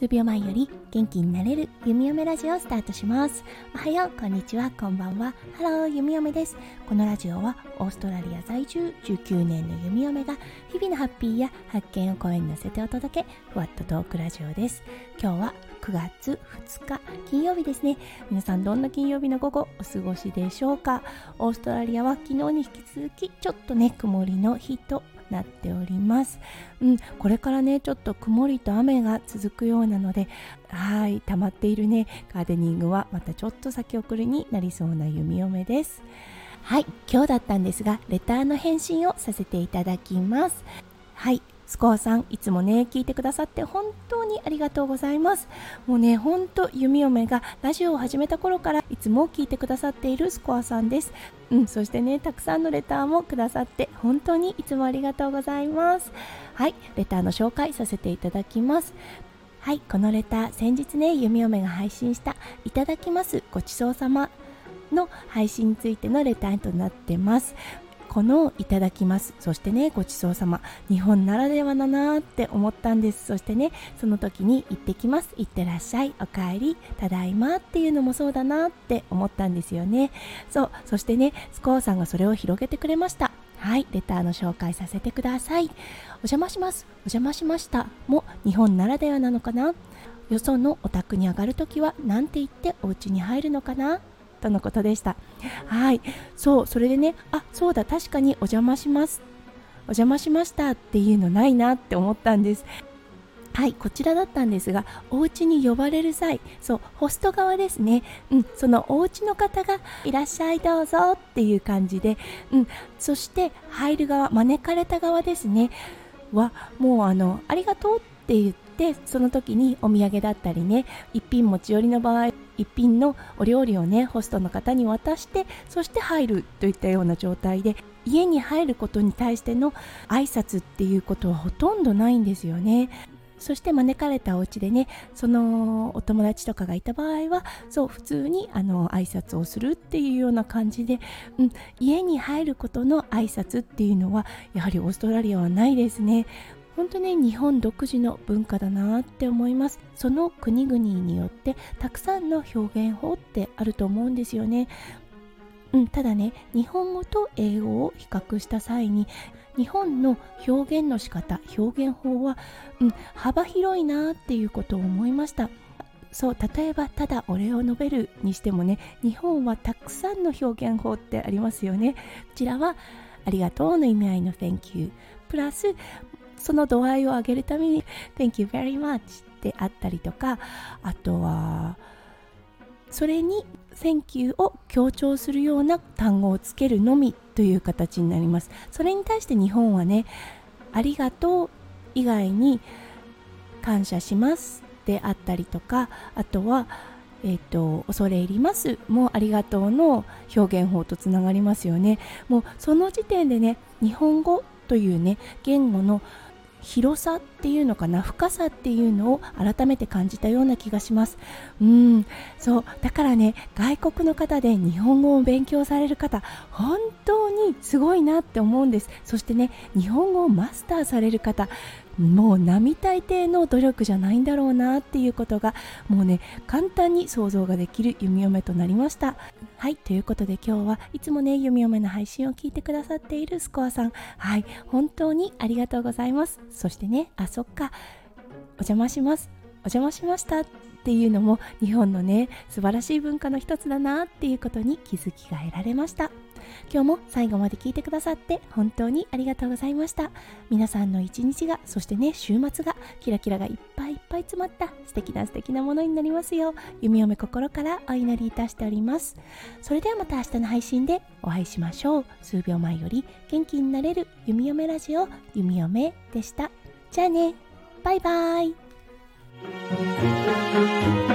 数秒前より元気になれる弓嫁ラジオをスタートします。おはよう、こんにちは、こんばんは。ハロー、弓嫁です。このラジオはオーストラリア在住19年の弓嫁が日々のハッピーや発見を声に乗せてお届け、ふわっとトークラジオです。今日は9月2日金曜日ですね。皆さんどんな金曜日の午後お過ごしでしょうか。オーストラリアは昨日に引き続きちょっとね曇りの日となっております。これからねちょっと曇りと雨が続くようなので、溜まっているねガーデニングはまたちょっと先送りになりそうな弓嫁です。今日だったんですがレターの返信をさせていただきます。スコアさん、いつもね聞いてくださって本当にありがとうございます。もうね本当弓嫁がラジオを始めた頃からいつも聞いてくださっているスコアさんです。そしてねたくさんのレターもくださって本当にいつもありがとうございます。レターの紹介させていただきます。このレター先日ね弓嫁が配信したいただきますごちそうさまの配信についてのレターとなってます。このいただきます、そしてねごちそうさま、日本ならではだなって思ったんです。そしてねその時に行ってきます、行ってらっしゃい、おかえり、ただいまっていうのもそうだなって思ったんですよね。そしてねスコアさんがそれを広げてくれました。レターの紹介させてください。お邪魔します、お邪魔しましたも日本ならではなのかな。よそのお宅に上がるときはなんて言ってお家に入るのかなとのことでした。それでね、そうだ、確かにお邪魔します、お邪魔しましたっていうのないなって思ったんです。こちらだったんですが、お家に呼ばれる際、ホスト側ですね、そのお家の方がいらっしゃいどうぞっていう感じで、そして入る側、招かれた側ですねはもうありがとうって言って、その時にお土産だったりね、一品持ち寄りの場合一品のお料理をねホストの方に渡して、そして入るといったような状態で、家に入ることに対しての挨拶っていうことはほとんどないんですよね。そして招かれたお家でね、そのお友達とかがいた場合は普通に挨拶をするっていうような感じで、家に入ることの挨拶っていうのはやはりオーストラリアはないですね。本当に日本独自の文化だなって思います。その国々によってたくさんの表現法ってあると思うんですよね。ただね日本語と英語を比較した際に日本の表現の仕方、表現法は、幅広いなっていうことを思いました。例えばただお礼を述べるにしてもね、日本はたくさんの表現法ってありますよね。こちらはありがとうの意味合いの Thank you プラスその度合いを上げるために Thank you very much であったりとか、あとはそれに Thank you を強調するような単語をつけるのみという形になります。それに対して日本はね、ありがとう以外に感謝しますであったりとか、あとは恐れ入りますもありがとうの表現法とつながりますよね。もうその時点でね、日本語というね言語の広さっていうのかな、深さっていうのを改めて感じたような気がします。だからね外国の方で日本語を勉強される方本当にすごいなって思うんです。そしてね日本語をマスターされる方、もう並大抵の努力じゃないんだろうなっていうことがもうね簡単に想像ができる弓嫁となりました。ということで今日はいつもね弓嫁の配信を聞いてくださっているスコアさん、本当にありがとうございます。そしてねお邪魔します、お邪魔しましたっていうのも日本のね素晴らしい文化の一つだなっていうことに気づきが得られました。今日も最後まで聞いてくださって本当にありがとうございました。皆さんの一日が、そしてね週末がキラキラがいっぱいいっぱい詰まった素敵なものになりますよう弓嫁心からお祈りいたしております。それではまた明日の配信でお会いしましょう。数秒前より元気になれる弓嫁ラジオ、弓嫁でした。じゃあね、バイバイ。